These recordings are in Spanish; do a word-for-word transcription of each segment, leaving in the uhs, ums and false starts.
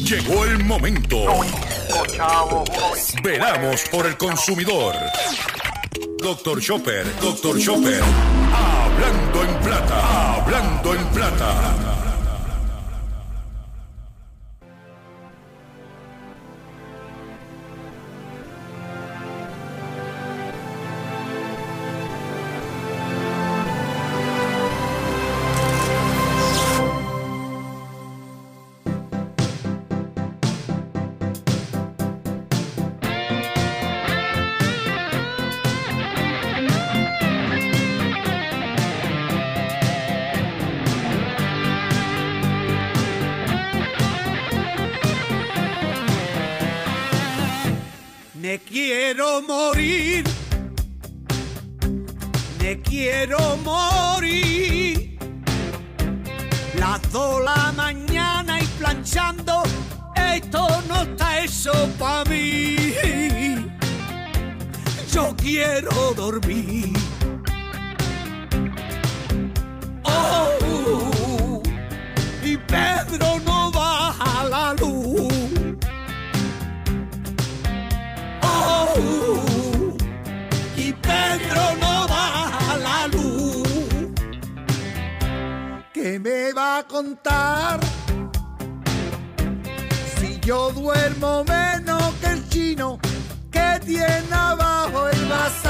Llegó el momento. Velamos por el consumidor. Doctor Chopper, Doctor Chopper. Hablando en plata, hablando en plata. Me quiero morir, me quiero morir. Las dos de la mañana y planchando, esto no está eso pa' mí. Yo quiero dormir. Oh, y Pedro no baja la luz. Y Pedro no baja la luz. ¿Qué me va a contar? Si yo duermo menos que el chino que tiene abajo el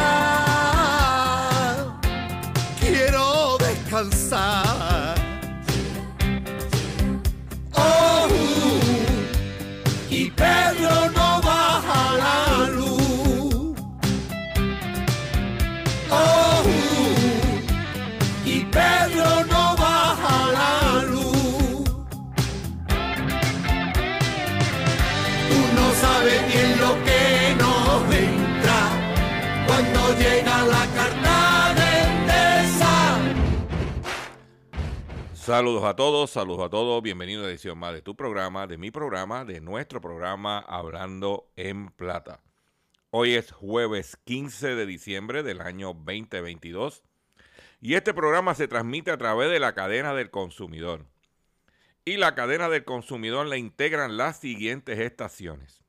bazar. Quiero descansar. Oh, y Pedro no baja la luz. Oh, y Pedro no baja la luz. Tú no sabes bien lo que nos entra cuando llega la carta de Endesa. Saludos a todos, saludos a todos. Bienvenidos a edición más de tu programa, de mi programa, de nuestro programa Hablando en Plata. Hoy es jueves quince de diciembre del año veinte veintidós y este programa se transmite a través de la cadena del consumidor. Y la cadena del consumidor la integran las siguientes estaciones.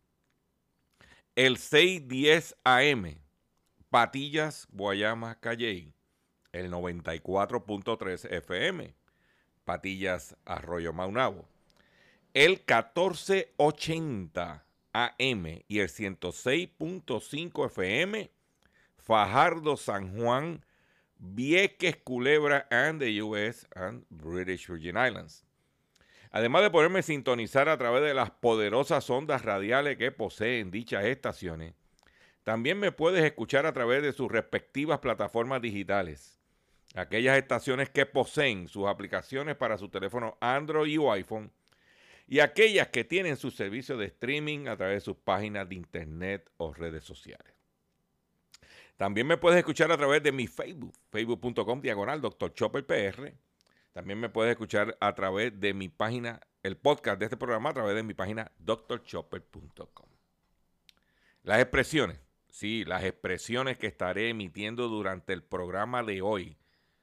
El seiscientos diez A M, Patillas, Guayama, Calley. El noventa y cuatro punto tres F M, Patillas, Arroyo Maunabo. El catorce ochenta A M y el ciento seis punto cinco F M, Fajardo, San Juan, Vieques, Culebra, and the U S and British Virgin Islands. Además de poderme sintonizar a través de las poderosas ondas radiales que poseen dichas estaciones, también me puedes escuchar a través de sus respectivas plataformas digitales. Aquellas estaciones que poseen sus aplicaciones para su teléfono Android o iPhone, y aquellas que tienen su servicio de streaming a través de sus páginas de internet o redes sociales. También me puedes escuchar a través de mi Facebook, facebook punto com diagonal doctor Chopper P R. También me puedes escuchar a través de mi página, el podcast de este programa, a través de mi página doctor chopper punto com. Las expresiones, sí, las expresiones que estaré emitiendo durante el programa de hoy,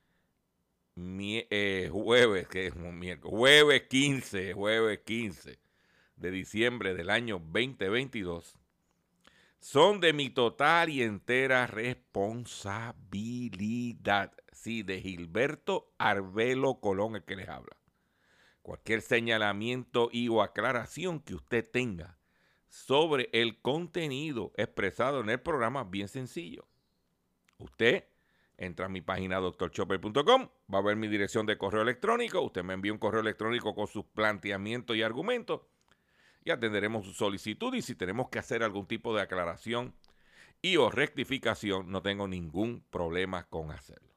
Mi, eh, jueves, que es un miércoles, jueves quince, jueves quince de diciembre del año veinte veintidós, son de mi total y entera responsabilidad. Sí, de Gilberto Arbelo Colón, el que les habla. Cualquier señalamiento y o aclaración que usted tenga sobre el contenido expresado en el programa, bien sencillo. Usted entra a mi página doctor chopper punto com, va a ver mi dirección de correo electrónico, usted me envía un correo electrónico con sus planteamientos y argumentos y atenderemos su solicitud, y si tenemos que hacer algún tipo de aclaración y o rectificación, no tengo ningún problema con hacerlo.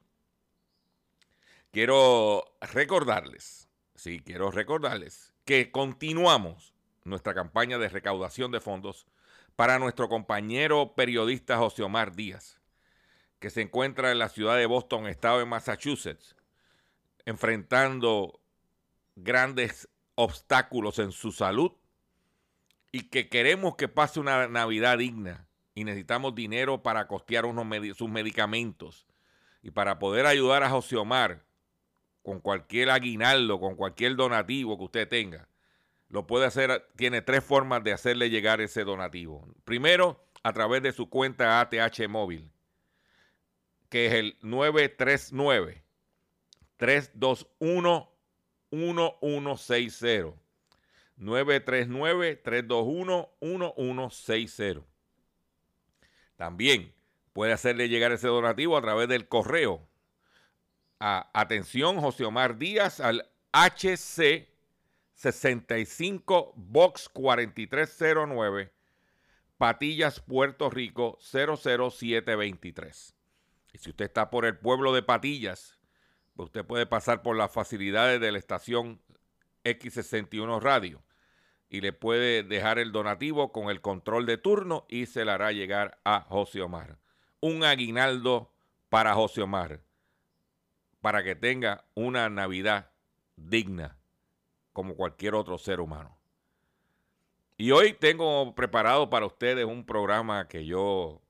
Quiero recordarles, sí, quiero recordarles que continuamos nuestra campaña de recaudación de fondos para nuestro compañero periodista José Omar Díaz, que se encuentra en la ciudad de Boston, estado de Massachusetts, enfrentando grandes obstáculos en su salud y que queremos que pase una Navidad digna y necesitamos dinero para costear unos med- sus medicamentos y para poder ayudar a José Omar con cualquier aguinaldo, con cualquier donativo que usted tenga. lo puede hacer, tiene tres formas de hacerle llegar ese donativo. Primero, a través de su cuenta A T H móvil, que es el nueve tres nueve, tres dos uno, uno uno seis cero. nueve tres nueve, tres dos uno, uno uno seis cero. También puede hacerle llegar ese donativo a través del correo a atención José Omar Díaz al H C sesenta y cinco Box cuatro tres cero nueve, Patillas, Puerto Rico cero cero siete veintitrés. Y si usted está por el pueblo de Patillas, pues usted puede pasar por las facilidades de la estación X sesenta y uno Radio y le puede dejar el donativo con el control de turno y se le hará llegar a José Omar. Un aguinaldo para José Omar, para que tenga una Navidad digna como cualquier otro ser humano. Y hoy tengo preparado para ustedes un programa que yo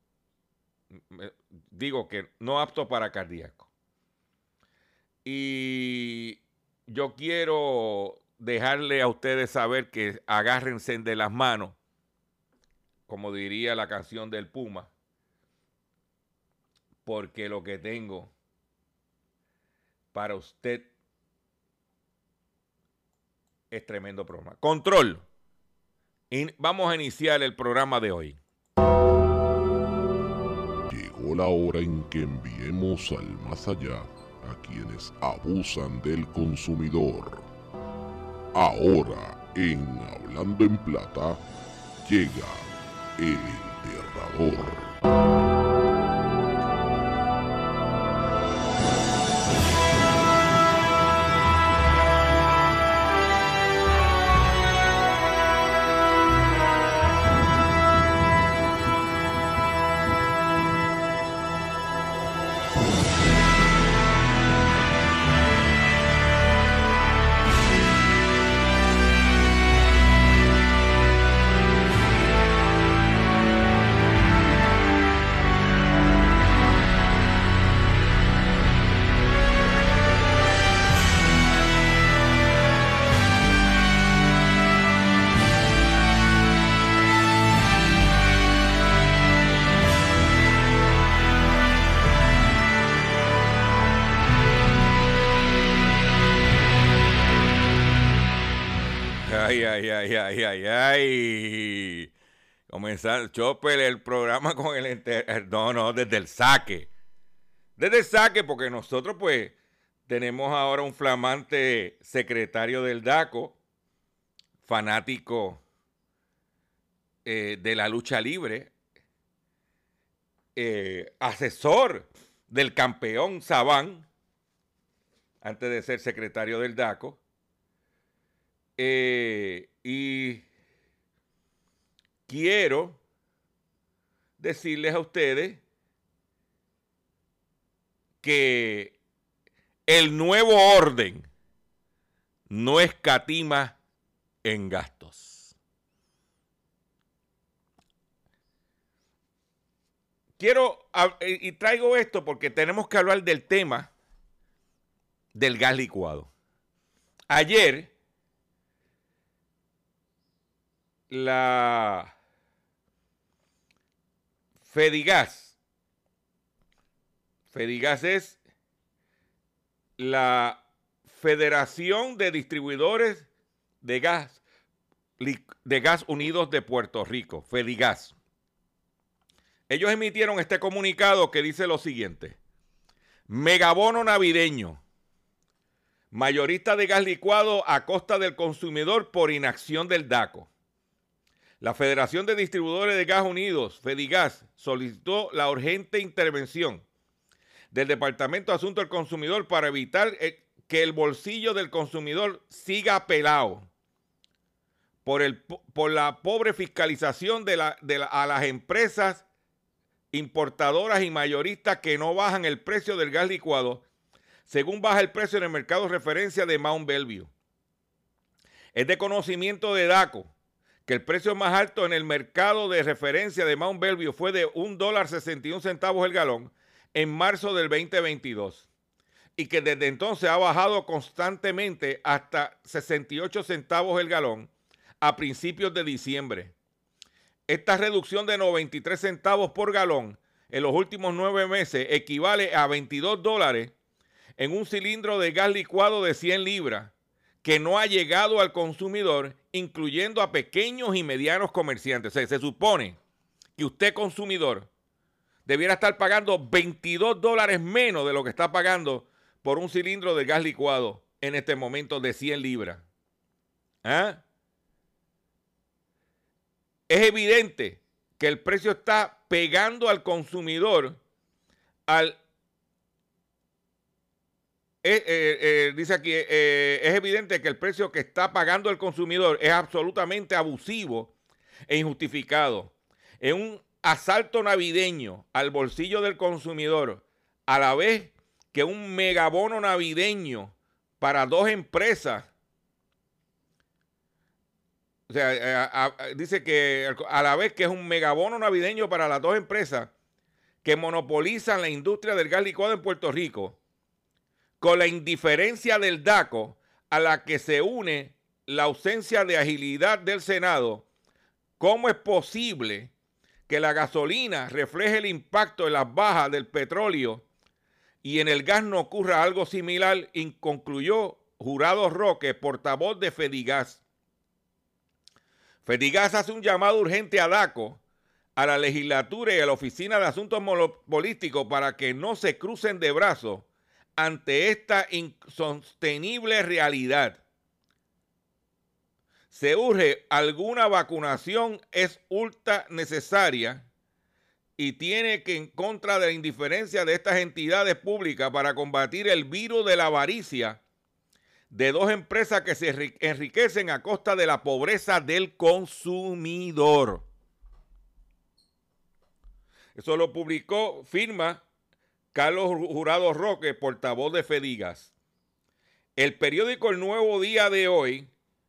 digo que no apto para cardíaco. Y yo quiero dejarle a ustedes saber que agárrense de las manos, como diría la canción del Puma, porque lo que tengo para usted es tremendo programa. Control. In- vamos a iniciar el programa de hoy. Llegó la hora en que enviemos al más allá a quienes abusan del consumidor. Ahora, en Hablando en Plata, llega el enterrador. Ay, ay, ay, ay, ay, ay. Comenzar, Chopper, el programa con el... Enter... No, no, desde el saque. Desde el saque, porque nosotros, pues, tenemos ahora un flamante secretario del DACO, fanático eh, de la lucha libre, eh, asesor del campeón Sabán, antes de ser secretario del DACO. Eh, y quiero decirles a ustedes que el nuevo orden no escatima en gastos. Quiero, y traigo esto porque tenemos que hablar del tema del gas licuado. Ayer, la Fedigas, Fedigas es la Federación de Distribuidores de Gas, de Gas Unidos de Puerto Rico, Fedigas. Ellos emitieron este comunicado que dice lo siguiente: megabono navideño, mayorista de gas licuado a costa del consumidor por inacción del DACO. La Federación de Distribuidores de Gas Unidos, Fedigas, solicitó la urgente intervención del Departamento de Asuntos del Consumidor para evitar que el bolsillo del consumidor siga pelado por, el, por la pobre fiscalización de la, de la, a las empresas importadoras y mayoristas que no bajan el precio del gas licuado según baja el precio en el mercado de referencia de Mount Belvieu. Es de conocimiento de DACO que el precio más alto en el mercado de referencia de Mount Belvieu fue de un dólar sesenta y un centavos el galón en marzo del veinte veintidós y que desde entonces ha bajado constantemente hasta sesenta y ocho centavos el galón a principios de diciembre. Esta reducción de noventa y tres centavos por galón en los últimos nueve meses equivale a veintidós dólares en un cilindro de gas licuado de cien libras que no ha llegado al consumidor, incluyendo a pequeños y medianos comerciantes. O sea, se supone que usted, consumidor, debiera estar pagando veintidós dólares menos de lo que está pagando por un cilindro de gas licuado en este momento de cien libras. ¿Ah? Es evidente que el precio está pegando al consumidor al... Eh, eh, eh, dice aquí, eh, es evidente que el precio que está pagando el consumidor es absolutamente abusivo e injustificado. Es un asalto navideño al bolsillo del consumidor, a la vez que un megabono navideño para dos empresas. O sea, a, a, dice que a la vez que es un megabono navideño para las dos empresas que monopolizan la industria del gas licuado en Puerto Rico, con la indiferencia del DACO a la que se une la ausencia de agilidad del Senado. ¿Cómo es posible que la gasolina refleje el impacto en las bajas del petróleo y en el gas no ocurra algo similar? Y concluyó Jurado Roque, portavoz de Fedigas. Fedigas hace un llamado urgente a DACO, a la legislatura y a la Oficina de Asuntos Monopolísticos para que no se crucen de brazos ante esta insostenible realidad. Se urge alguna vacunación, es ultra necesaria y tiene que en contra de la indiferencia de estas entidades públicas para combatir el virus de la avaricia de dos empresas que se enriquecen a costa de la pobreza del consumidor. Eso lo publicó, firma Carlos Jurado Roque, portavoz de Fedigas. El periódico El Nuevo Día de hoy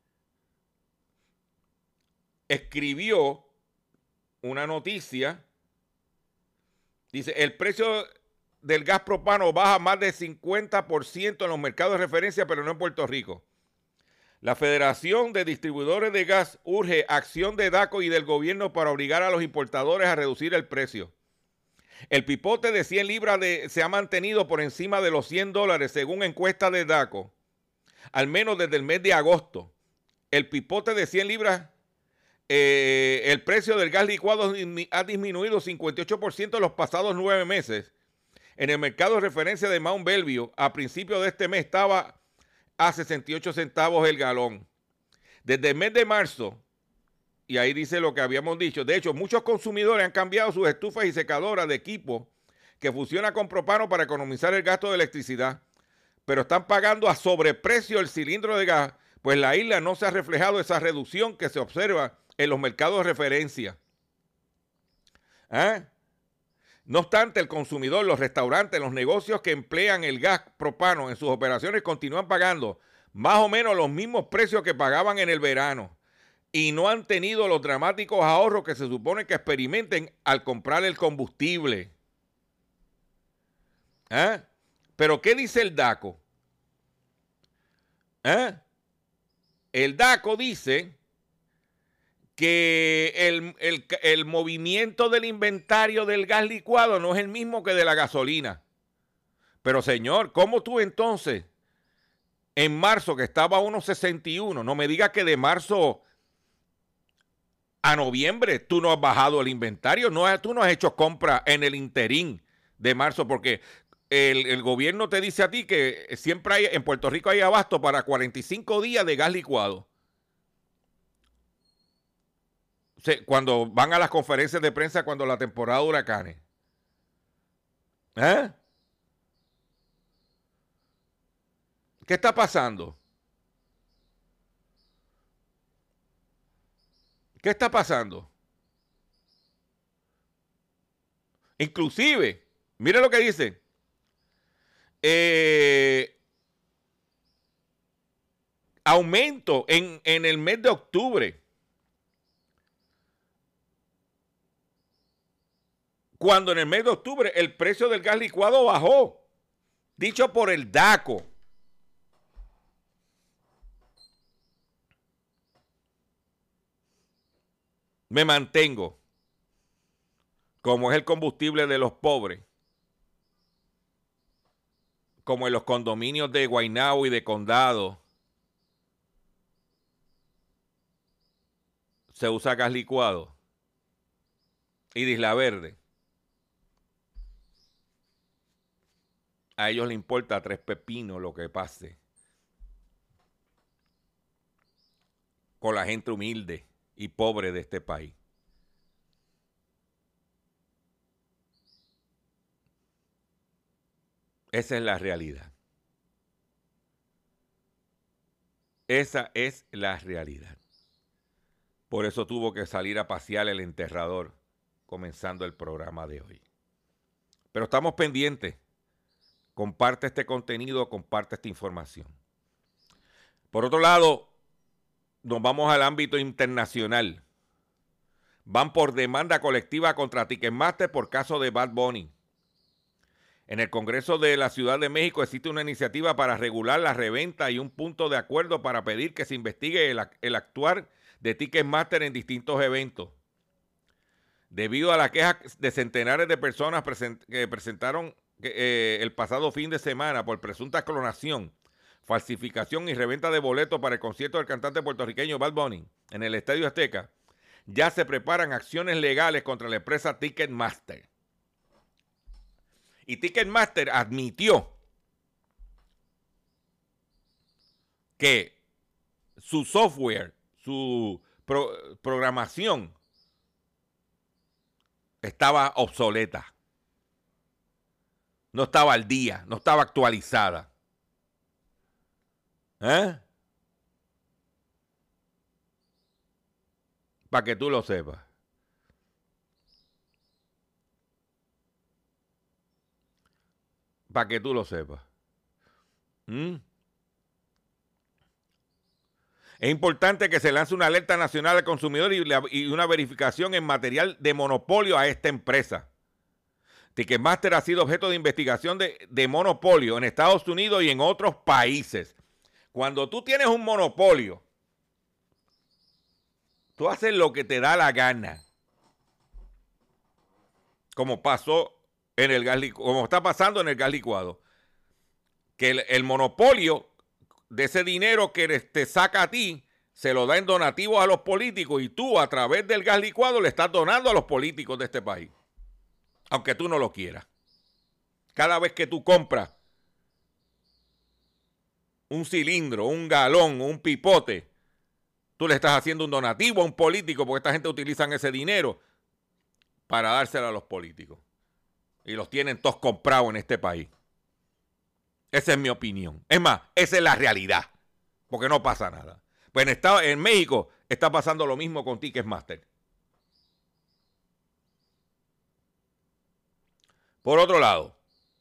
escribió una noticia. Dice, el precio del gas propano baja más de cincuenta por ciento en los mercados de referencia, pero no en Puerto Rico. La Federación de Distribuidores de Gas urge acción de DACO y del gobierno para obligar a los importadores a reducir el precio. El pipote de cien libras de, se ha mantenido por encima de los cien dólares según encuesta de DACO, al menos desde el mes de agosto. El pipote de cien libras, eh, el precio del gas licuado ha disminuido cincuenta y ocho por ciento en los pasados nueve meses. En el mercado de referencia de Mount Belvieu, a principios de este mes estaba a sesenta y ocho centavos el galón. Desde el mes de marzo, y ahí dice lo que habíamos dicho. De hecho, muchos consumidores han cambiado sus estufas y secadoras de equipo que funciona con propano para economizar el gasto de electricidad, pero están pagando a sobreprecio el cilindro de gas, pues la isla no se ha reflejado esa reducción que se observa en los mercados de referencia. ¿Ah? No obstante, el consumidor, los restaurantes, los negocios que emplean el gas propano en sus operaciones continúan pagando más o menos los mismos precios que pagaban en el verano y no han tenido los dramáticos ahorros que se supone que experimenten al comprar el combustible. ¿Ah? ¿Pero qué dice el DACO? ¿Ah? El DACO dice que el, el, el movimiento del inventario del gas licuado no es el mismo que de la gasolina. Pero señor, ¿cómo tú entonces, en marzo que estaba a uno sesenta y uno, no me digas que de marzo a noviembre tú no has bajado el inventario, no, tú no has hecho compra en el interín de marzo, porque el, el gobierno te dice a ti que siempre hay, en Puerto Rico hay abasto para cuarenta y cinco días de gas licuado. O sea, cuando van a las conferencias de prensa cuando la temporada de huracanes. ¿Eh? ¿Qué está pasando? ¿Qué está pasando? Inclusive, mire lo que dice. Eh, aumento en, en el mes de octubre. Cuando en el mes de octubre el precio del gas licuado bajó. Dicho por el DACO. me mantengo, como es el combustible de los pobres, como en los condominios de Guaynabo y de Condado, se usa gas licuado y de Isla Verde, a ellos les importa tres pepinos lo que pase con la gente humilde y pobre de este país. Esa es la realidad. Esa es la realidad. Por eso tuvo que salir a pasear el enterrador comenzando el programa de hoy. Pero estamos pendientes. Comparte este contenido, comparte esta información. Por otro lado, nos vamos al ámbito internacional. Van por demanda colectiva contra Ticketmaster por caso de Bad Bunny. En el Congreso de la Ciudad de México existe una iniciativa para regular la reventa y un punto de acuerdo para pedir que se investigue el, el actuar de Ticketmaster en distintos eventos. Debido a la queja de centenares de personas present, que presentaron eh, el pasado fin de semana por presunta clonación, falsificación y reventa de boletos para el concierto del cantante puertorriqueño Bad Bunny en el Estadio Azteca, ya se preparan acciones legales contra la empresa Ticketmaster. Y Ticketmaster admitió que su software, su pro, programación estaba obsoleta. No estaba al día, no estaba actualizada. ¿Eh? Para que tú lo sepas. Para que tú lo sepas. ¿Mm? Es importante que se lance una alerta nacional al consumidor y, la, y una verificación en material de monopolio a esta empresa. Ticketmaster ha sido objeto de investigación de, de monopolio en Estados Unidos y en otros países. Cuando tú tienes un monopolio, tú haces lo que te da la gana. Como pasó en el gas licuado, como está pasando en el gas licuado. Que el, el monopolio de ese dinero que te saca a ti, se lo da en donativos a los políticos y tú a través del gas licuado le estás donando a los políticos de este país. Aunque tú no lo quieras. Cada vez que tú compras un cilindro, un galón, un pipote, tú le estás haciendo un donativo a un político porque esta gente utiliza ese dinero para dárselo a los políticos. Y los tienen todos comprados en este país. Esa es mi opinión. Es más, esa es la realidad. Porque no pasa nada. Pues en, Estado, en México está pasando lo mismo con Ticketmaster. Por otro lado,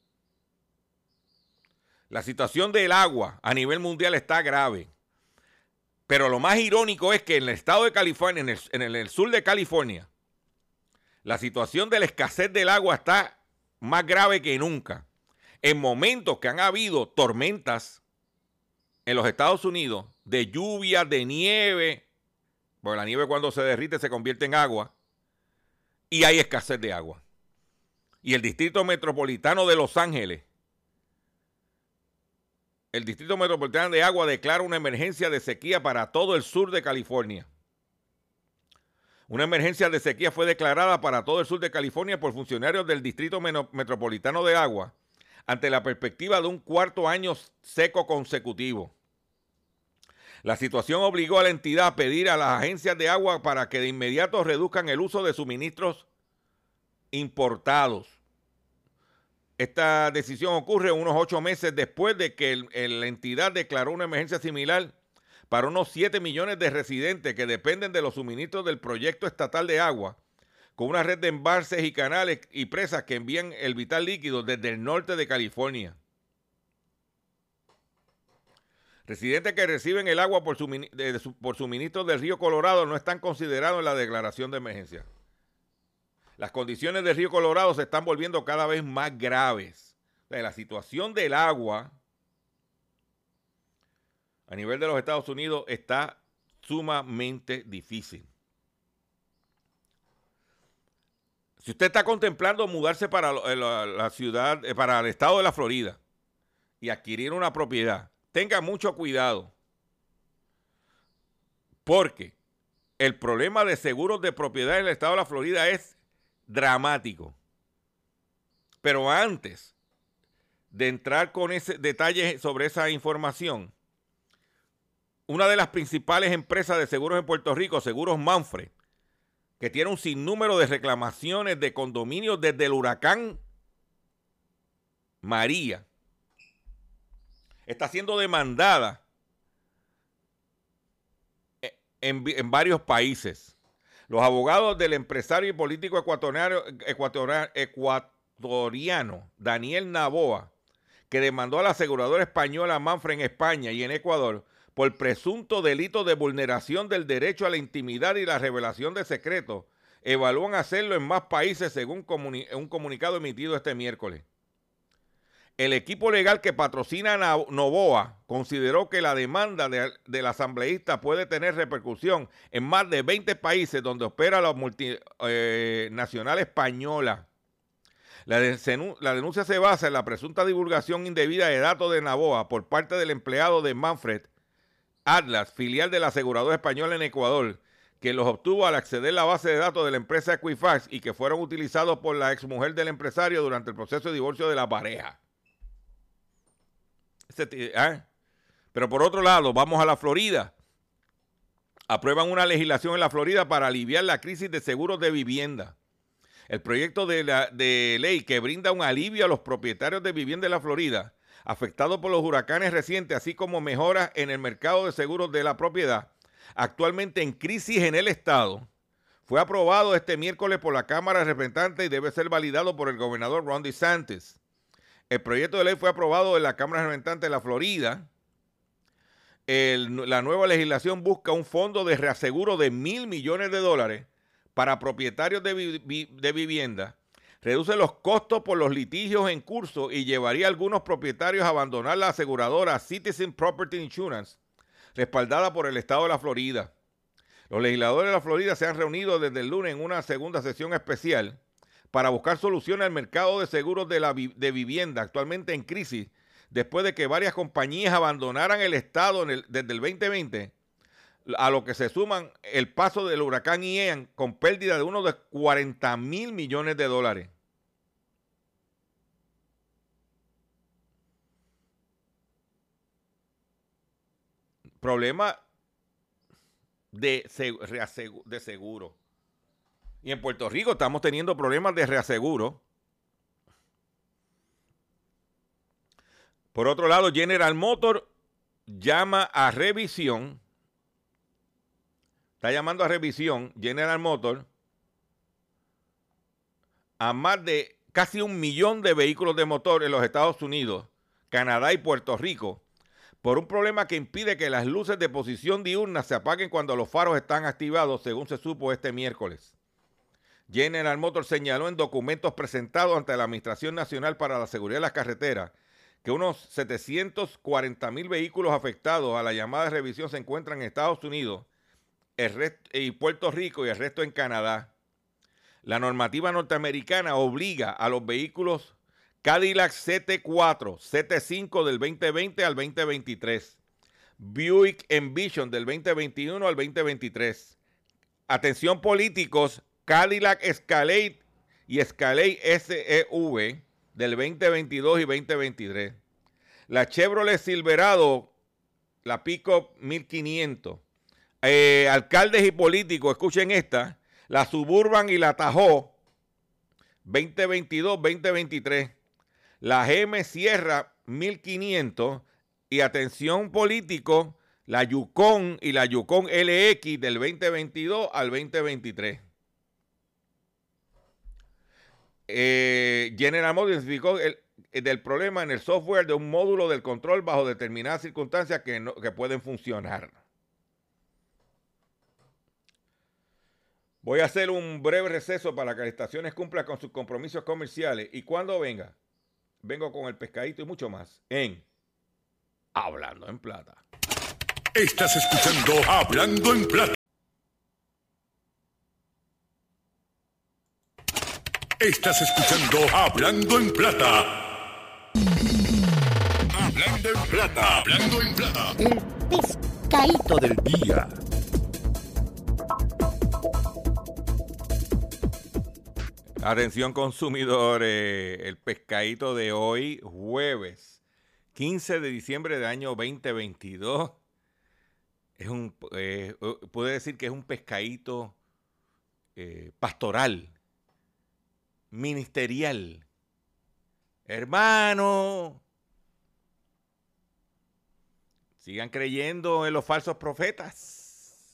la situación del agua a nivel mundial está grave. Pero lo más irónico es que en el estado de California, en el, en el, en el sur de California, la situación de la escasez del agua está más grave que nunca. En momentos que han habido tormentas en los Estados Unidos, de lluvia, de nieve, porque la nieve cuando se derrite se convierte en agua, y hay escasez de agua. Y el Distrito Metropolitano de Los Ángeles, el Distrito Metropolitano de Agua declara una emergencia de sequía para todo el sur de California. Una emergencia de sequía fue declarada para todo el sur de California por funcionarios del Distrito Metropolitano de Agua ante la perspectiva de un cuarto año seco consecutivo. La situación obligó a la entidad a pedir a las agencias de agua para que de inmediato reduzcan el uso de suministros importados. Esta decisión ocurre unos ocho meses después de que el, el, la entidad declaró una emergencia similar para unos siete millones de residentes que dependen de los suministros del proyecto estatal de agua, con una red de embalses y canales y presas que envían el vital líquido desde el norte de California. Residentes que reciben el agua por, sumin de, de, por suministros del río Colorado no están considerados en la declaración de emergencia. Las condiciones del río Colorado se están volviendo cada vez más graves. O sea, la situación del agua a nivel de los Estados Unidos está sumamente difícil. Si usted está contemplando mudarse para la, la ciudad, para el estado de la Florida y adquirir una propiedad, tenga mucho cuidado. Porque el problema de seguros de propiedad en el estado de la Florida es dramático. Pero antes de entrar con ese detalle sobre esa información, una de las principales empresas de seguros en Puerto Rico, Seguros Manfred, que tiene un sinnúmero de reclamaciones de condominios desde el huracán María, está siendo demandada en, en varios países. Los abogados del empresario y político ecuatoriano, ecuatoriano, ecuatoriano Daniel Noboa, que demandó a la aseguradora española Manfred en España y en Ecuador por presunto delito de vulneración del derecho a la intimidad y la revelación de secretos, evalúan hacerlo en más países según comuni- un comunicado emitido este miércoles. El equipo legal que patrocina a Noboa consideró que la demanda de, del asambleísta puede tener repercusión en más de veinte países donde opera la multinacional eh, española. La, de, la denuncia se basa en la presunta divulgación indebida de datos de Noboa por parte del empleado de Manfred Atlas, filial de la aseguradora española en Ecuador, que los obtuvo al acceder a la base de datos de la empresa Equifax y que fueron utilizados por la exmujer del empresario durante el proceso de divorcio de la pareja. ¿Eh? Pero por otro lado, vamos a la Florida. Aprueban una legislación en la Florida para aliviar la crisis de seguros de vivienda. El proyecto de, la, de ley que brinda un alivio a los propietarios de vivienda de la Florida afectados por los huracanes recientes, así como mejoras en el mercado de seguros de la propiedad, actualmente en crisis en el estado, fue aprobado este miércoles por la Cámara de Representantes y debe ser validado por el gobernador Ron DeSantis. El proyecto de ley fue aprobado en la Cámara de Representantes de la Florida. El, la nueva legislación busca un fondo de reaseguro de mil millones de dólares para propietarios de, vi, vi, de vivienda. Reduce los costos por los litigios en curso y llevaría a algunos propietarios a abandonar la aseguradora Citizen Property Insurance, respaldada por el estado de la Florida. Los legisladores de la Florida se han reunido desde el lunes en una segunda sesión especial para buscar soluciones al mercado de seguros de, la, de vivienda, actualmente en crisis, después de que varias compañías abandonaran el estado en el, desde el veinte veinte, a lo que se suman el paso del huracán Ian con pérdida de unos de cuarenta mil millones de dólares. Problema de, de seguro. Y en Puerto Rico estamos teniendo problemas de reaseguro. Por otro lado, General Motors llama a revisión. Está llamando a revisión General Motors a más de casi un millón de vehículos de motor en los Estados Unidos, Canadá y Puerto Rico, por un problema que impide que las luces de posición diurna se apaguen cuando los faros están activados, según se supo este miércoles. General Motors señaló en documentos presentados ante la Administración Nacional para la Seguridad de las Carreteras que unos setecientos cuarenta mil vehículos afectados a la llamada revisión se encuentran en Estados Unidos el resto, y Puerto Rico y el resto en Canadá. La normativa norteamericana obliga a los vehículos Cadillac C T cuatro, C T cinco del veinte veinte al veinte veintitrés, Buick Envision del veinte veintiuno al veinte veintitrés. Atención políticos, Cadillac Escalade y Escalade S E V del veinte veintidós y veinte veintitrés. La Chevrolet Silverado, la Pickup mil quinientos. Eh, alcaldes y políticos, escuchen esta, la Suburban y la Tahoe veinte veintidós veinte veintitrés. La G M Sierra mil quinientos y atención político, la Yukon y la Yukon L X del veinte veintidós al veinte veintitrés. Eh, General Motors identificó el, el del problema en el software de un módulo del control bajo determinadas circunstancias que, no, que pueden funcionar. Voy a hacer un breve receso para que las estaciones cumplan con sus compromisos comerciales y cuando venga, vengo con el pescadito y mucho más en Hablando en Plata. Estás escuchando Hablando en Plata. Estás escuchando Hablando en Plata. Hablando en Plata. Hablando en Plata. El pescadito del día. Atención consumidores, el pescadito de hoy, jueves quince de diciembre del año veinte veintidós, es un, eh, puede decir que es un pescadito eh, pastoral, ministerial. Hermano, sigan creyendo en los falsos profetas.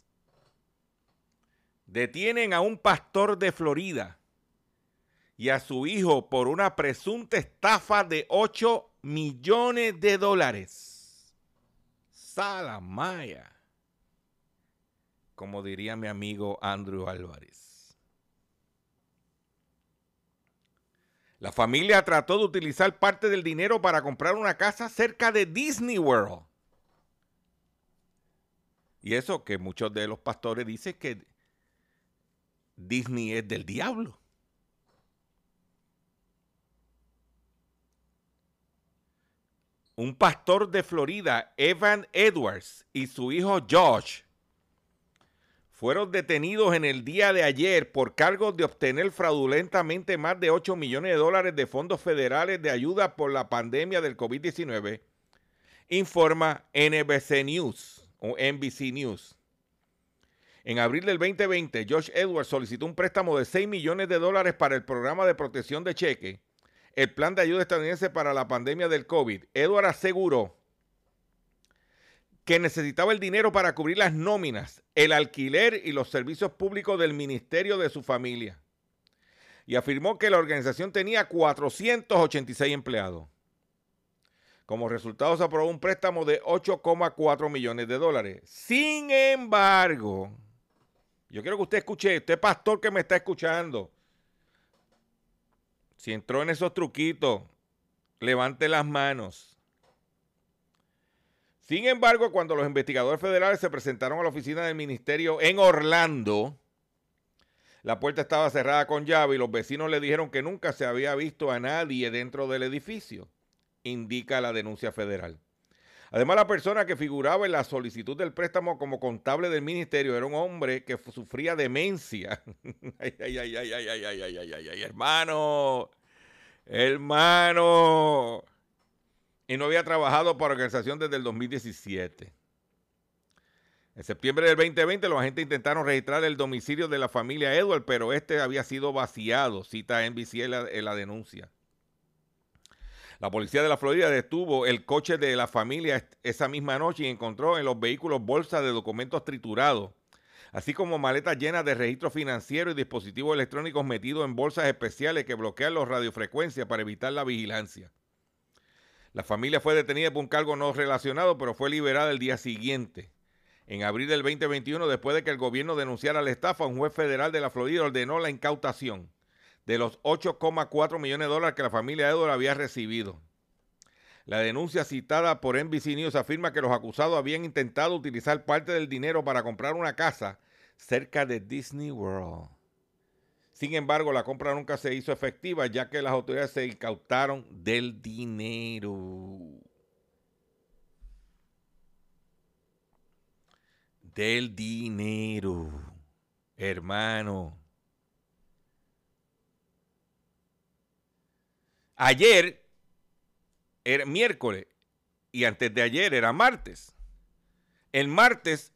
Detienen a un pastor de Florida y a su hijo por una presunta estafa de ocho millones de dólares. Salamaya, como diría mi amigo Andrew Álvarez. La familia trató de utilizar parte del dinero para comprar una casa cerca de Disney World. Y eso que muchos de los pastores dicen que Disney es del diablo. Un pastor de Florida, Evan Edwards, y su hijo Josh fueron detenidos en el día de ayer por cargos de obtener fraudulentamente más de ocho millones de dólares de fondos federales de ayuda por la pandemia del COVID diecinueve, informa N B C News o N B C News. En abril del veinte veinte, Josh Edwards solicitó un préstamo de seis millones de dólares para el programa de protección de cheque, el plan de ayuda estadounidense para la pandemia del COVID. Edwards aseguró que necesitaba el dinero para cubrir las nóminas, el alquiler y los servicios públicos del ministerio de su familia. Y afirmó que la organización tenía cuatrocientos ochenta y seis empleados. Como resultado, se aprobó un préstamo de ocho coma cuatro millones de dólares. Sin embargo, yo quiero que usted escuche, usted pastor que me está escuchando, si entró en esos truquitos, levante las manos. Sin embargo, cuando los investigadores federales se presentaron a la oficina del ministerio en Orlando, la puerta estaba cerrada con llave y los vecinos le dijeron que nunca se había visto a nadie dentro del edificio, indica la denuncia federal. Además, la persona que figuraba en la solicitud del préstamo como contable del ministerio era un hombre que sufría demencia. ay, ay, ay, ay, ay, ay, ay, ay, ay, ay, ay, hermano, hermano. Y no había trabajado para la organización desde el dos mil diecisiete. En septiembre del veinte veinte, los agentes intentaron registrar el domicilio de la familia Edward, pero este había sido vaciado, cita N B C en la, en la denuncia. La policía de la Florida detuvo el coche de la familia esa misma noche y encontró en los vehículos bolsas de documentos triturados, así como maletas llenas de registros financieros y dispositivos electrónicos metidos en bolsas especiales que bloquean las radiofrecuencias para evitar la vigilancia. La familia fue detenida por un cargo no relacionado, pero fue liberada el día siguiente. En abril del veinte veintiuno, después de que el gobierno denunciara la estafa, un juez federal de la Florida ordenó la incautación de los ocho coma cuatro millones de dólares que la familia Edward había recibido. La denuncia citada por N B C News afirma que los acusados habían intentado utilizar parte del dinero para comprar una casa cerca de Disney World. Sin embargo, la compra nunca se hizo efectiva, ya que las autoridades se incautaron del dinero. Del dinero, hermano. Ayer era miércoles y antes de ayer era martes. El martes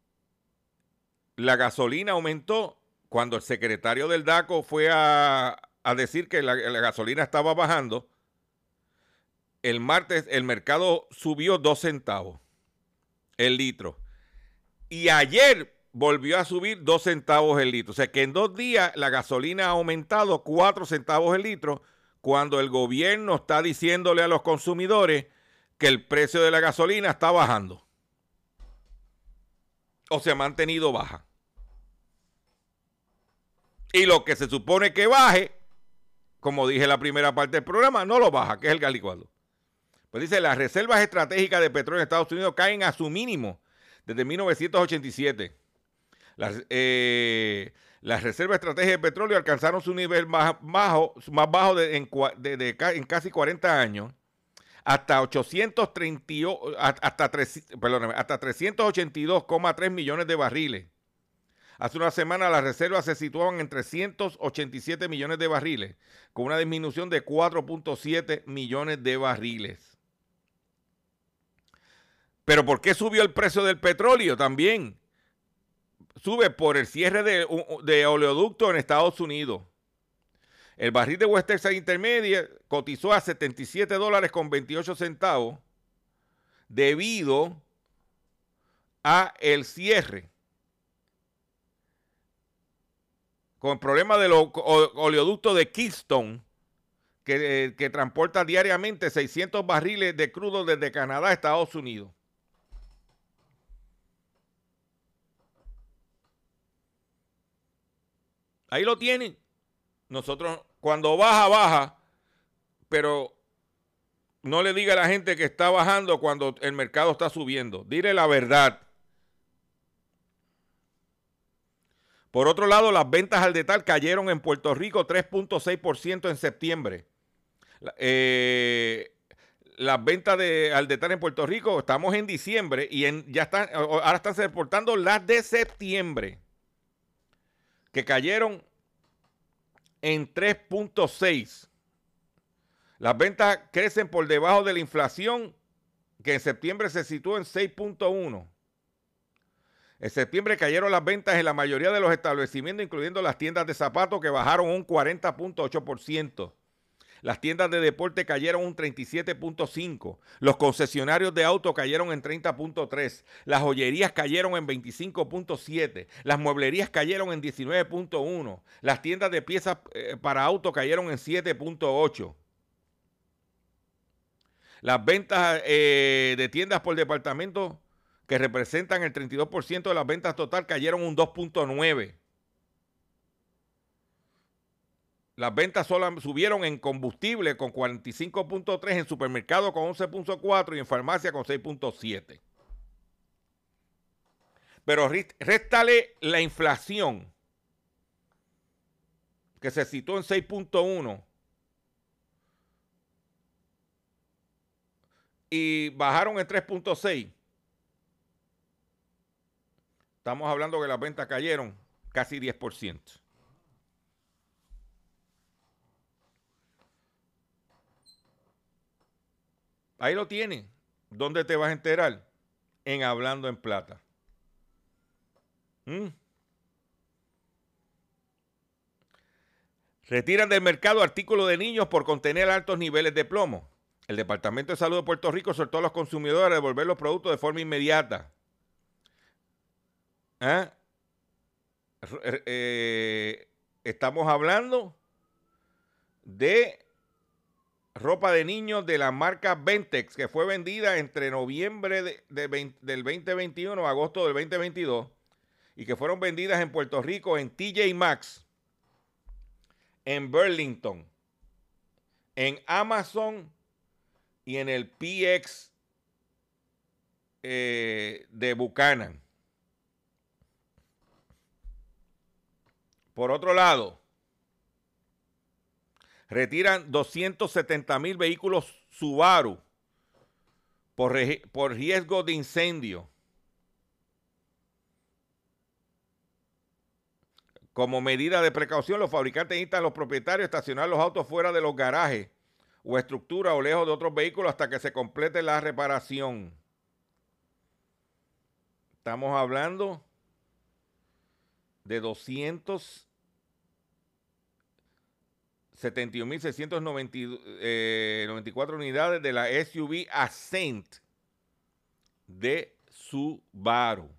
la gasolina aumentó cuando el secretario del D A C O fue a, a decir que la, la gasolina estaba bajando. El martes el mercado subió dos centavos el litro. Y ayer volvió a subir dos centavos el litro. O sea que en dos días la gasolina ha aumentado cuatro centavos el litro, cuando el gobierno está diciéndole a los consumidores que el precio de la gasolina está bajando o se ha mantenido baja. Y lo que se supone que baje, como dije en la primera parte del programa, no lo baja, que es el gas licuado. Pues dice, las reservas estratégicas de petróleo en Estados Unidos caen a su mínimo desde mil novecientos ochenta y siete. Las, eh, las reservas estratégicas de petróleo alcanzaron su nivel más bajo, más bajo de, en, de, de, de, en casi cuarenta años, hasta ochocientos treinta, hasta, perdóname, hasta trescientos ochenta y dos coma tres millones de barriles. Hace una semana las reservas se situaban en trescientos ochenta y siete millones de barriles, con una disminución de cuatro punto siete millones de barriles. ¿Pero por qué subió el precio del petróleo? También sube por el cierre de, de oleoductos en Estados Unidos. El barril de West Texas Intermediate cotizó a setenta y siete dólares con veintiocho centavos debido a el cierre con el problema del oleoducto de Keystone, que, eh, que transporta diariamente seiscientos barriles de crudo desde Canadá a Estados Unidos. Ahí lo tienen. Nosotros, cuando baja, baja, pero no le diga a la gente que está bajando cuando el mercado está subiendo. Dile la verdad. Por otro lado, las ventas al detalle cayeron en Puerto Rico tres punto seis por ciento en septiembre. Eh, las ventas de, al detalle en Puerto Rico, estamos en diciembre y en, ya están, ahora están reportando las de septiembre, que cayeron en tres punto seis. Las ventas crecen por debajo de la inflación, que en septiembre se situó en seis punto uno. En septiembre cayeron las ventas en la mayoría de los establecimientos, incluyendo las tiendas de zapatos, que bajaron un cuarenta punto ocho por ciento. Las tiendas de deporte cayeron un treinta y siete punto cinco por ciento. Los concesionarios de autos cayeron en treinta punto tres por ciento. Las joyerías cayeron en veinticinco punto siete por ciento. Las mueblerías cayeron en diecinueve punto uno por ciento. Las tiendas de piezas eh, para autos cayeron en siete punto ocho por ciento. Las ventas eh, de tiendas por departamento, que representan el treinta y dos por ciento de las ventas total, cayeron un dos punto nueve por ciento. Las ventas solo subieron en combustible con cuarenta y cinco punto tres por ciento, en supermercado con once punto cuatro por ciento y en farmacia con seis punto siete por ciento. Pero réstale la inflación, que se situó en seis punto uno por ciento, y bajaron en tres punto seis por ciento. Estamos hablando que las ventas cayeron casi diez por ciento. Ahí lo tienen. ¿Dónde te vas a enterar? En Hablando en Plata. ¿Mm? Retiran del mercado artículos de niños por contener altos niveles de plomo. El Departamento de Salud de Puerto Rico soltó a los consumidores a devolver los productos de forma inmediata. ¿Ah? Eh, estamos hablando de ropa de niños de la marca Ventex, que fue vendida entre noviembre de, de veinte, del veinte veintiuno a agosto del veinte veintidós, y que fueron vendidas en Puerto Rico en T J Maxx, en Burlington, en Amazon y en el P X eh, de Buchanan. Por otro lado, retiran doscientos setenta mil vehículos Subaru por, por riesgo de incendio. Como medida de precaución, los fabricantes instan a los propietarios a estacionar los autos fuera de los garajes o estructuras o lejos de otros vehículos hasta que se complete la reparación. Estamos hablando de doscientos setenta y un mil seiscientos noventa y cuatro unidades de la S U V Ascent de Subaru.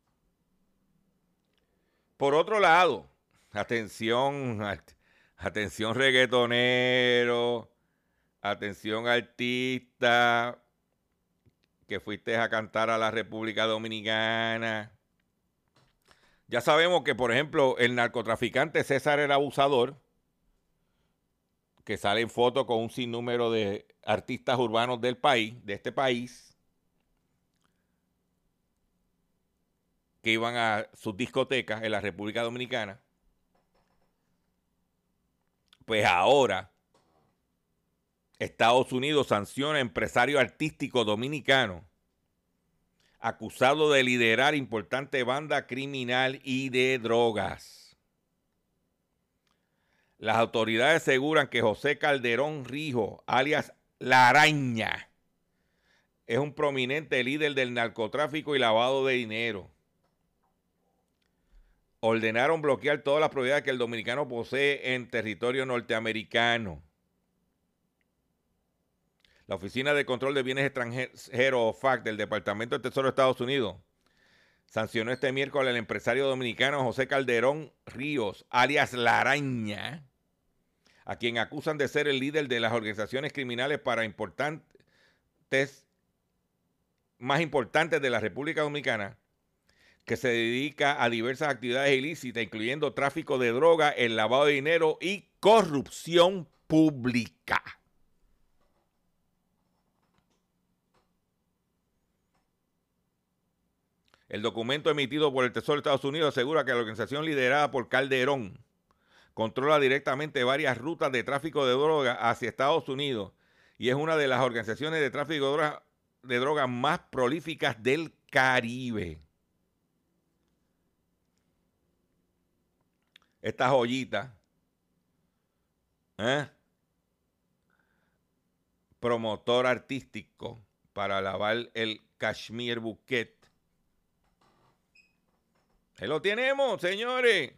Por otro lado, atención, atención reggaetonero, atención artista que fuiste a cantar a la República Dominicana. Ya sabemos que, por ejemplo, el narcotraficante César el Abusador, que sale en foto con un sinnúmero de artistas urbanos del país, de este país, que iban a sus discotecas en la República Dominicana. Pues ahora Estados Unidos sanciona a empresario artístico dominicano acusado de liderar importante banda criminal y de drogas. Las autoridades aseguran que José Calderón Rijo, alias La Araña, es un prominente líder del narcotráfico y lavado de dinero. Ordenaron bloquear todas las propiedades que el dominicano posee en territorio norteamericano. La Oficina de Control de Bienes Extranjeros, O F A C, del Departamento del Tesoro de Estados Unidos, sancionó este miércoles al empresario dominicano José Calderón Ríos, alias La Araña, a quien acusan de ser el líder de las organizaciones criminales para importantes, más importantes de la República Dominicana, que se dedica a diversas actividades ilícitas, incluyendo tráfico de droga, el lavado de dinero y corrupción pública. El documento emitido por el Tesoro de Estados Unidos asegura que la organización liderada por Calderón controla directamente varias rutas de tráfico de droga hacia Estados Unidos y es una de las organizaciones de tráfico de drogas de droga más prolíficas del Caribe. Esta joyita, ¿eh? promotor artístico para lavar el Cashmere Bouquet. Ahí lo tenemos, señores.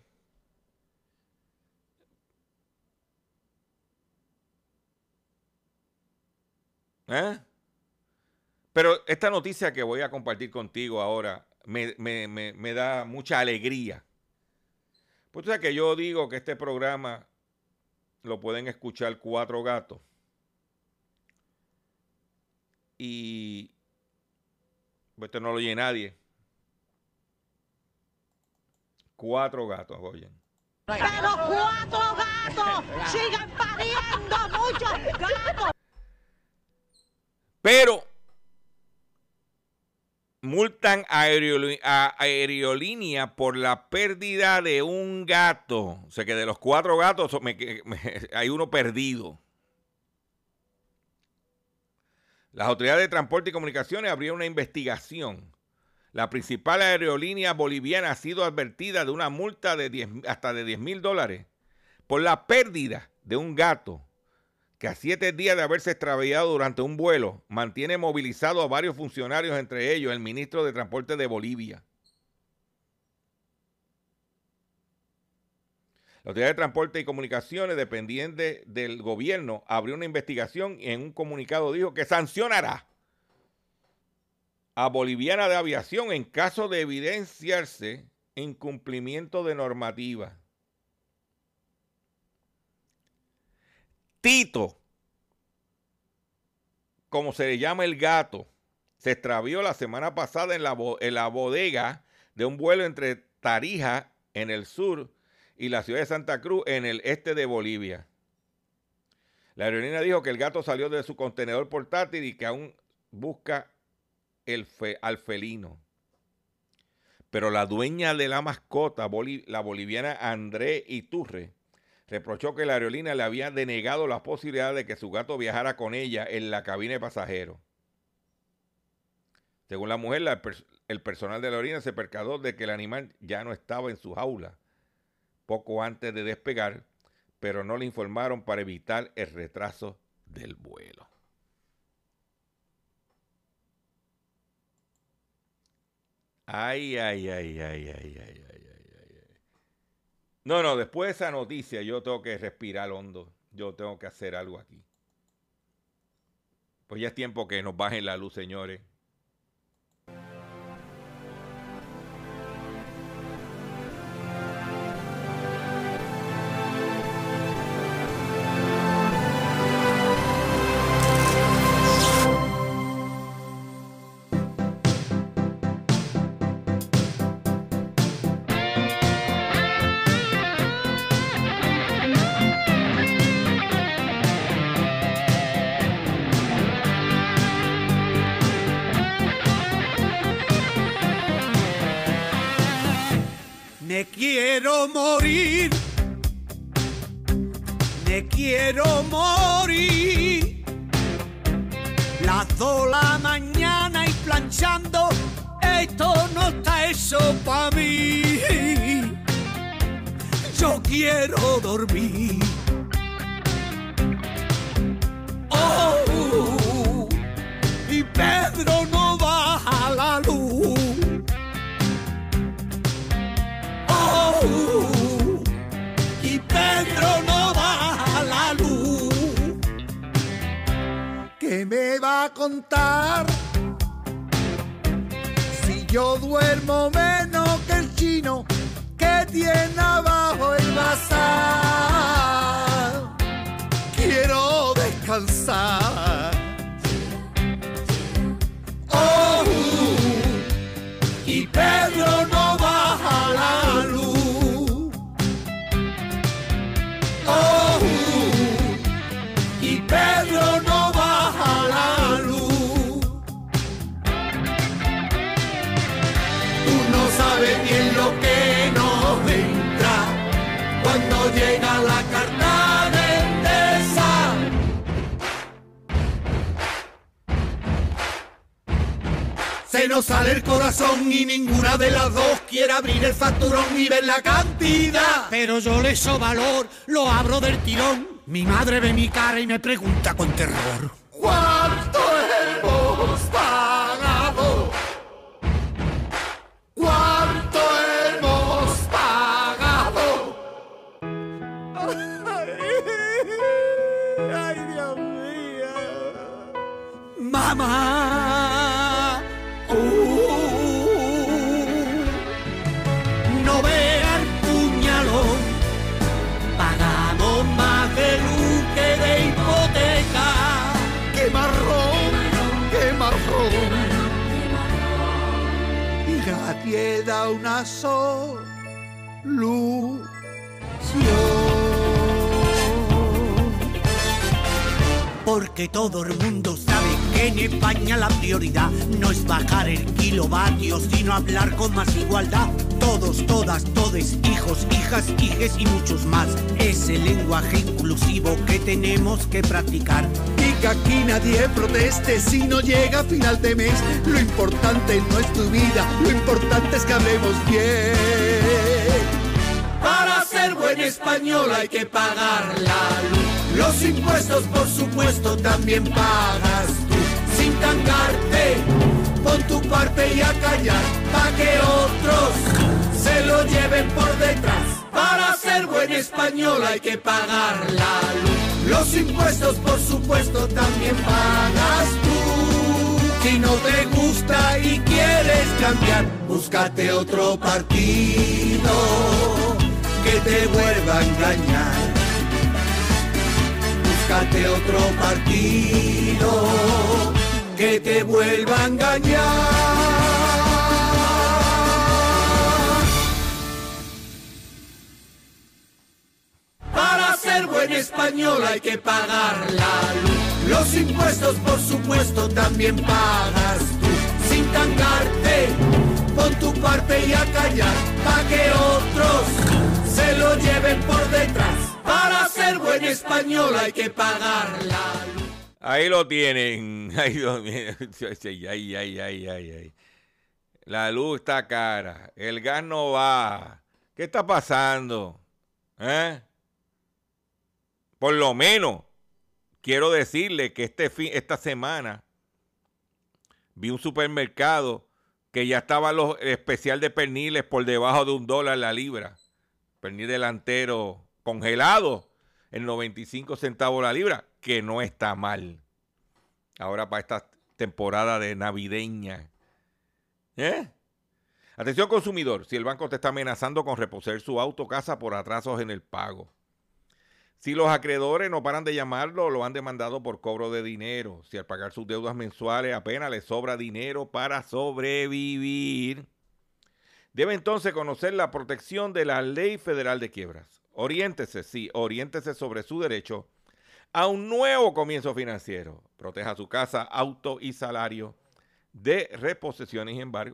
¿Eh? Pero esta noticia que voy a compartir contigo ahora me, me, me, me da mucha alegría. Pues tú sabes que yo digo que este programa lo pueden escuchar cuatro gatos. Y pues esto no lo oye nadie. Cuatro gatos, oyen. Pero cuatro gatos, sigan pariendo muchos gatos. Pero multan a, aerol a Aerolínea por la pérdida de un gato. O sea que de los cuatro gatos me, me, hay uno perdido. Las autoridades de transporte y comunicaciones abrieron una investigación. La principal aerolínea boliviana ha sido advertida de una multa de diez, hasta de diez mil dólares por la pérdida de un gato que a siete días de haberse extraviado durante un vuelo mantiene movilizado a varios funcionarios, entre ellos el ministro de Transporte de Bolivia. La Autoridad de Transporte y Comunicaciones, dependiente del gobierno, abrió una investigación y en un comunicado dijo que sancionará a Boliviana de Aviación en caso de evidenciarse incumplimiento de normativa. Tito, como se le llama el gato, se extravió la semana pasada en la, en la bodega de un vuelo entre Tarija, en el sur, y la ciudad de Santa Cruz, en el este de Bolivia. La aerolínea dijo que el gato salió de su contenedor portátil y que aún busca el fe, al felino. Pero la dueña de la mascota, boli, la boliviana André Iturre, reprochó que la aerolínea le había denegado la posibilidad de que su gato viajara con ella en la cabina de pasajeros. Según la mujer, la, el personal de la aerolínea se percató de que el animal ya no estaba en su jaula poco antes de despegar, pero no le informaron para evitar el retraso del vuelo. Ay, ay, ay, ay, ay, ay, ay, ay, ay. No, no, después de esa noticia yo tengo que respirar hondo. Yo tengo que hacer algo aquí. Pues ya es tiempo que nos bajen la luz, señores. Me quiero morir, me quiero morir. Las dos de la mañana y planchando, esto no está eso pa' mí. Yo quiero dormir. Oh, y Pedro no baja la luz. Oh, y Pedro no baja la luz. ¿Qué me va a contar? Si yo duermo menos que el chino que tiene abajo el bazar. Quiero descansar. Oh, y Pedro no baja la luz. Oh, y Pedro no baja la luz. Tú no sabes bien lo que nos entra cuando llega la carta de Endesa. Se nos sale el corazón y ninguna de las dos quiere abrir el facturón y ver la cantidad. Pero yo le echo valor, lo abro del tirón. Mi madre ve mi cara y me pregunta con terror: ¿cuánto hemos pagado? ¿Cuánto hemos pagado? Ay, Dios mío. Mamá, uh, no vea el puñalón. Pagamos más de luz que de hipoteca. ¡Qué marrón! ¡Qué marrón! Y nadie da una solución. Porque todo el mundo sabe que en España la prioridad no es bajar el kilovatio, sino hablar con más igualdad. Todos, todas, todes, hijos, hijas, hijes y muchos más. Es el lenguaje inclusivo que tenemos que practicar. Y que aquí nadie proteste si no llega a final de mes. Lo importante no es tu vida, lo importante es que hablemos bien. Para ser buen español hay que pagar la luz. Los impuestos, por supuesto, también pagas tú. Sin tangarte, pon tu parte y a callar, pa' que otros se lo lleven por detrás. Para ser buen español hay que pagar la luz. Los impuestos, por supuesto, también pagas tú. Si no te gusta y quieres cambiar, búscate otro partido que te vuelva a engañar. Búscate otro partido que te vuelva a engañar. Para ser buen español hay que pagar la luz. Los impuestos, por supuesto, también pagas tú. Sin tangarte, pon tu parte y a callar, pa' que otros se lo lleven por detrás. Para ser buen español hay que pagar la luz. Ahí lo tienen. Ay, Dios mío. Ay, ay, ay, ay, ay. La luz está cara. El gas no va. ¿Qué está pasando? ¿Eh? Por lo menos, quiero decirle que este fin, esta semana vi un supermercado que ya estaba los especial de perniles por debajo de un dólar la libra. Pernil delantero congelado en noventa y cinco centavos la libra, que no está mal. Ahora para esta temporada de navideña. ¿Eh? Atención consumidor, si el banco te está amenazando con reposer su auto o casa por atrasos en el pago. Si los acreedores no paran de llamarlo, lo han demandado por cobro de dinero. Si al pagar sus deudas mensuales apenas le sobra dinero para sobrevivir, debe entonces conocer la protección de la Ley Federal de Quiebras. Oriéntese, sí, oriéntese sobre su derecho a un nuevo comienzo financiero. Proteja su casa, auto y salario de reposiciones y embargo.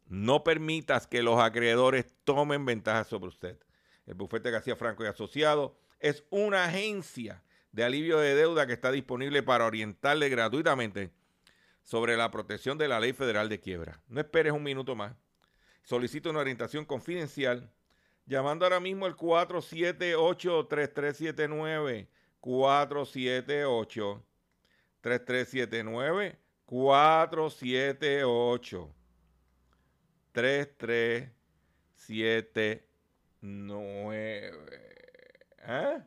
No permitas que los acreedores tomen ventaja sobre usted. El bufete García Franco y Asociados es una agencia de alivio de deuda que está disponible para orientarle gratuitamente sobre la protección de la Ley Federal de Quiebra. No esperes un minuto más. Solicita una orientación confidencial llamando ahora mismo al cuatro siete ocho, tres tres siete nueve, cuatro siete ocho, tres tres siete nueve, cuatro siete ocho, tres tres siete nueve. ¿Ah?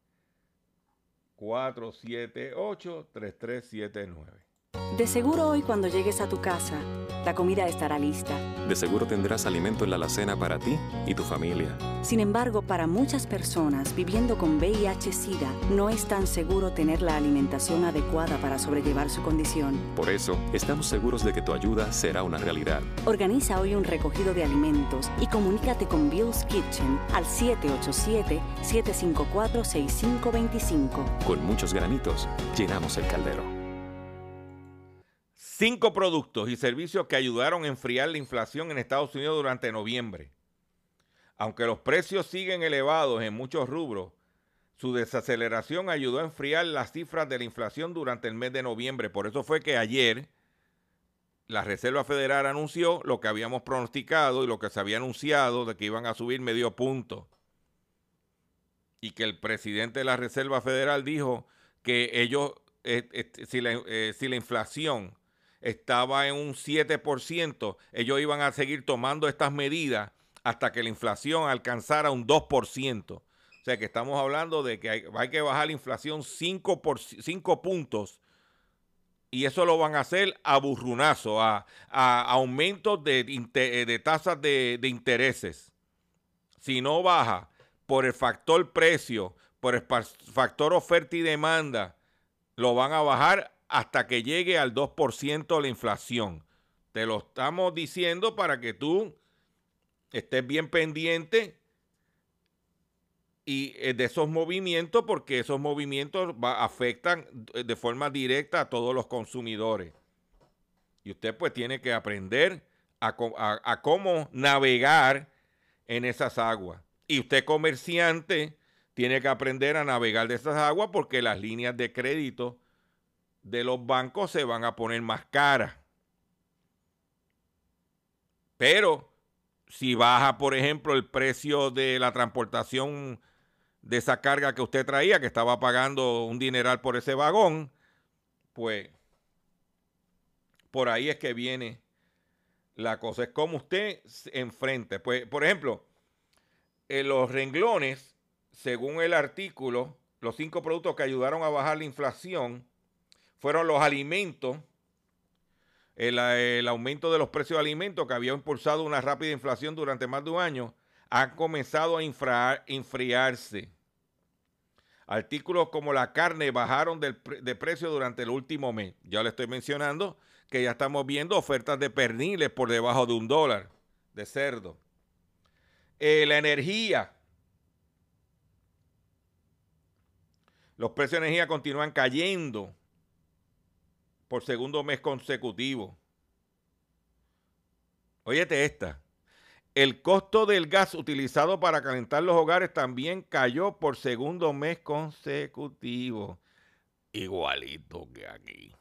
cuatro siete ocho, tres tres siete nueve. De seguro hoy cuando llegues a tu casa, la comida estará lista. De seguro tendrás alimento en la alacena para ti y tu familia. Sin embargo, para muchas personas viviendo con V I H SIDA, no es tan seguro tener la alimentación adecuada para sobrellevar su condición. Por eso, estamos seguros de que tu ayuda será una realidad. Organiza hoy un recogido de alimentos y comunícate con Bill's Kitchen al siete ocho siete, siete cinco cuatro, seis cinco dos cinco. Con muchos granitos, llenamos el caldero. Cinco productos y servicios que ayudaron a enfriar la inflación en Estados Unidos durante noviembre. Aunque los precios siguen elevados en muchos rubros, su desaceleración ayudó a enfriar las cifras de la inflación durante el mes de noviembre. Por eso fue que ayer la Reserva Federal anunció lo que habíamos pronosticado y lo que se había anunciado de que iban a subir medio punto. Y que el presidente de la Reserva Federal dijo que ellos, eh, eh, si, la, eh, si la inflación estaba en un siete por ciento, ellos iban a seguir tomando estas medidas hasta que la inflación alcanzara un dos por ciento. O sea que estamos hablando de que hay, hay que bajar la inflación cinco, por, cinco puntos, y eso lo van a hacer a burrunazo, a, a aumentos de, de tasas de, de intereses. Si no baja por el factor precio, por el factor oferta y demanda, lo van a bajar hasta que llegue al dos por ciento la inflación. Te lo estamos diciendo para que tú estés bien pendiente y de esos movimientos, porque esos movimientos va, afectan de forma directa a todos los consumidores. Y usted pues tiene que aprender a, a, a cómo navegar en esas aguas. Y usted, comerciante, tiene que aprender a navegar de esas aguas, porque las líneas de crédito de los bancos se van a poner más caras. Pero si baja, por ejemplo, el precio de la transportación de esa carga que usted traía, que estaba pagando un dineral por ese vagón, pues por ahí es que viene la cosa. Es como usted se enfrente. Pues, por ejemplo, en los renglones, según el artículo, los cinco productos que ayudaron a bajar la inflación fueron los alimentos, el, el aumento de los precios de alimentos, que había impulsado una rápida inflación durante más de un año, han comenzado a infra, enfriarse. Artículos como la carne bajaron del, de precio durante el último mes. Ya le estoy mencionando que ya estamos viendo ofertas de perniles por debajo de un dólar de cerdo. Eh, la energía. Los precios de energía continúan cayendo por segundo mes consecutivo. Óyete esta. El costo del gas utilizado para calentar los hogares también cayó por segundo mes consecutivo. Igualito que aquí.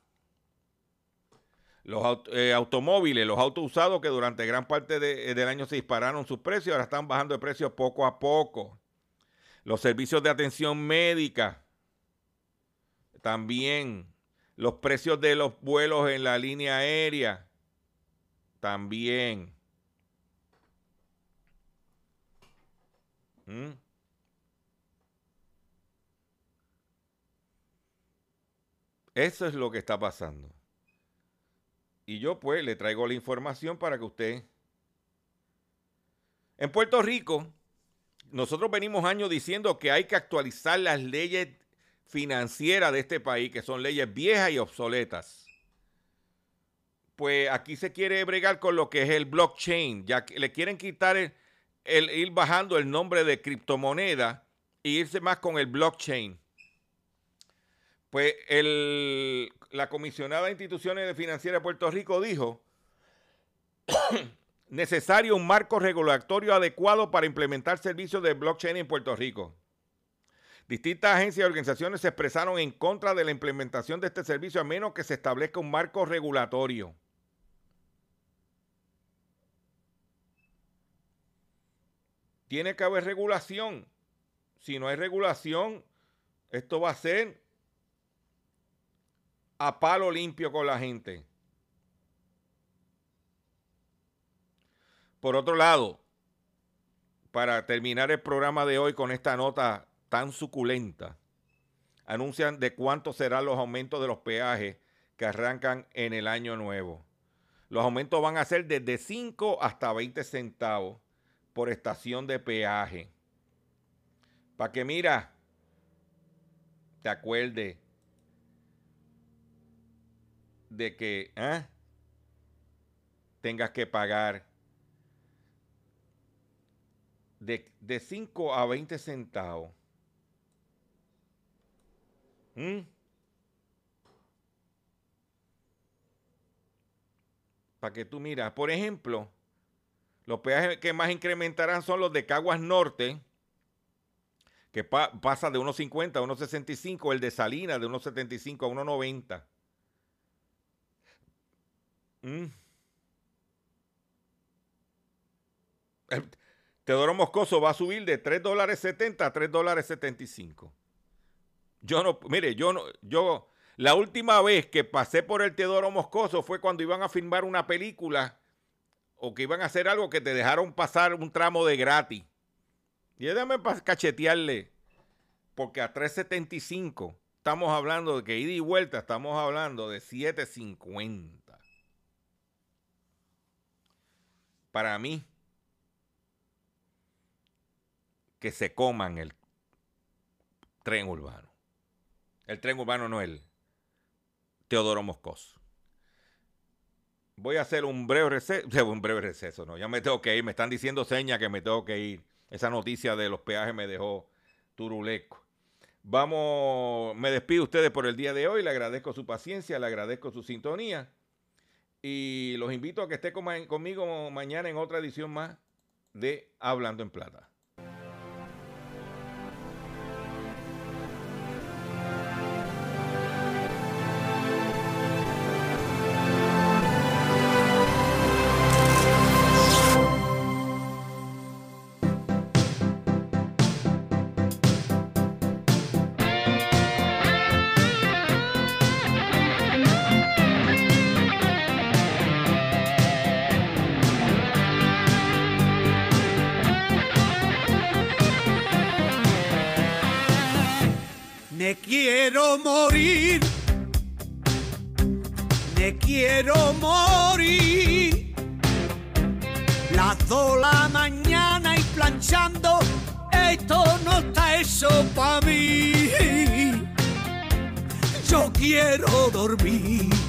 Los aut eh, automóviles, los autos usados, que durante gran parte de, del año se dispararon sus precios, ahora están bajando de precio poco a poco. Los servicios de atención médica también. Los precios de los vuelos en la línea aérea también. ¿Mm? Eso es lo que está pasando. Y yo pues le traigo la información para que usted... En Puerto Rico, nosotros venimos años diciendo que hay que actualizar las leyes financieras de este país, que son leyes viejas y obsoletas. Pues aquí se quiere bregar con lo que es el blockchain. Ya que le quieren quitar el, el ir bajando el nombre de criptomoneda e irse más con el blockchain. Pues el, la comisionada de instituciones financieras de Puerto Rico dijo necesario un marco regulatorio adecuado para implementar servicios de blockchain en Puerto Rico. Distintas agencias y organizaciones se expresaron en contra de la implementación de este servicio a menos que se establezca un marco regulatorio. Tiene que haber regulación. Si no hay regulación, esto va a ser a palo limpio con la gente. Por otro lado, para terminar el programa de hoy con esta nota tan suculenta, anuncian de cuánto serán los aumentos de los peajes que arrancan en el año nuevo. Los aumentos van a ser desde cinco hasta veinte centavos por estación de peaje. Para que, mira, te acuerdes de que ¿eh? tengas que pagar de, de cinco a veinte centavos. ¿Mm? Para que tú miras, por ejemplo, los peajes que más incrementarán son los de Caguas Norte, que pa pasa de uno cincuenta a uno sesenta y cinco, el de Salinas de uno setenta y cinco a uno noventa. ¿Mm? El Teodoro Moscoso va a subir de tres dólares setenta a tres dólares setenta y cinco. Yo no, mire, yo no, yo, la última vez que pasé por el Teodoro Moscoso fue cuando iban a filmar una película o que iban a hacer algo que te dejaron pasar un tramo de gratis. Y déjame cachetearle, porque a tres setenta y cinco estamos hablando de que ida y vuelta, estamos hablando de siete cincuenta. Para mí, que se coman el tren urbano. El tren urbano no el Teodoro Moscoso. Voy a hacer un breve receso, un breve receso, no, ya me tengo que ir, me están diciendo señas que me tengo que ir. Esa noticia de los peajes me dejó turuleco. Vamos, me despido de ustedes por el día de hoy, le agradezco su paciencia, le agradezco su sintonía y los invito a que esté conmigo mañana en otra edición más de Hablando en Plata. Me quiero morir, me quiero morir. Las dos de la mañana y planchando, esto no está eso pa' mí. Yo quiero dormir.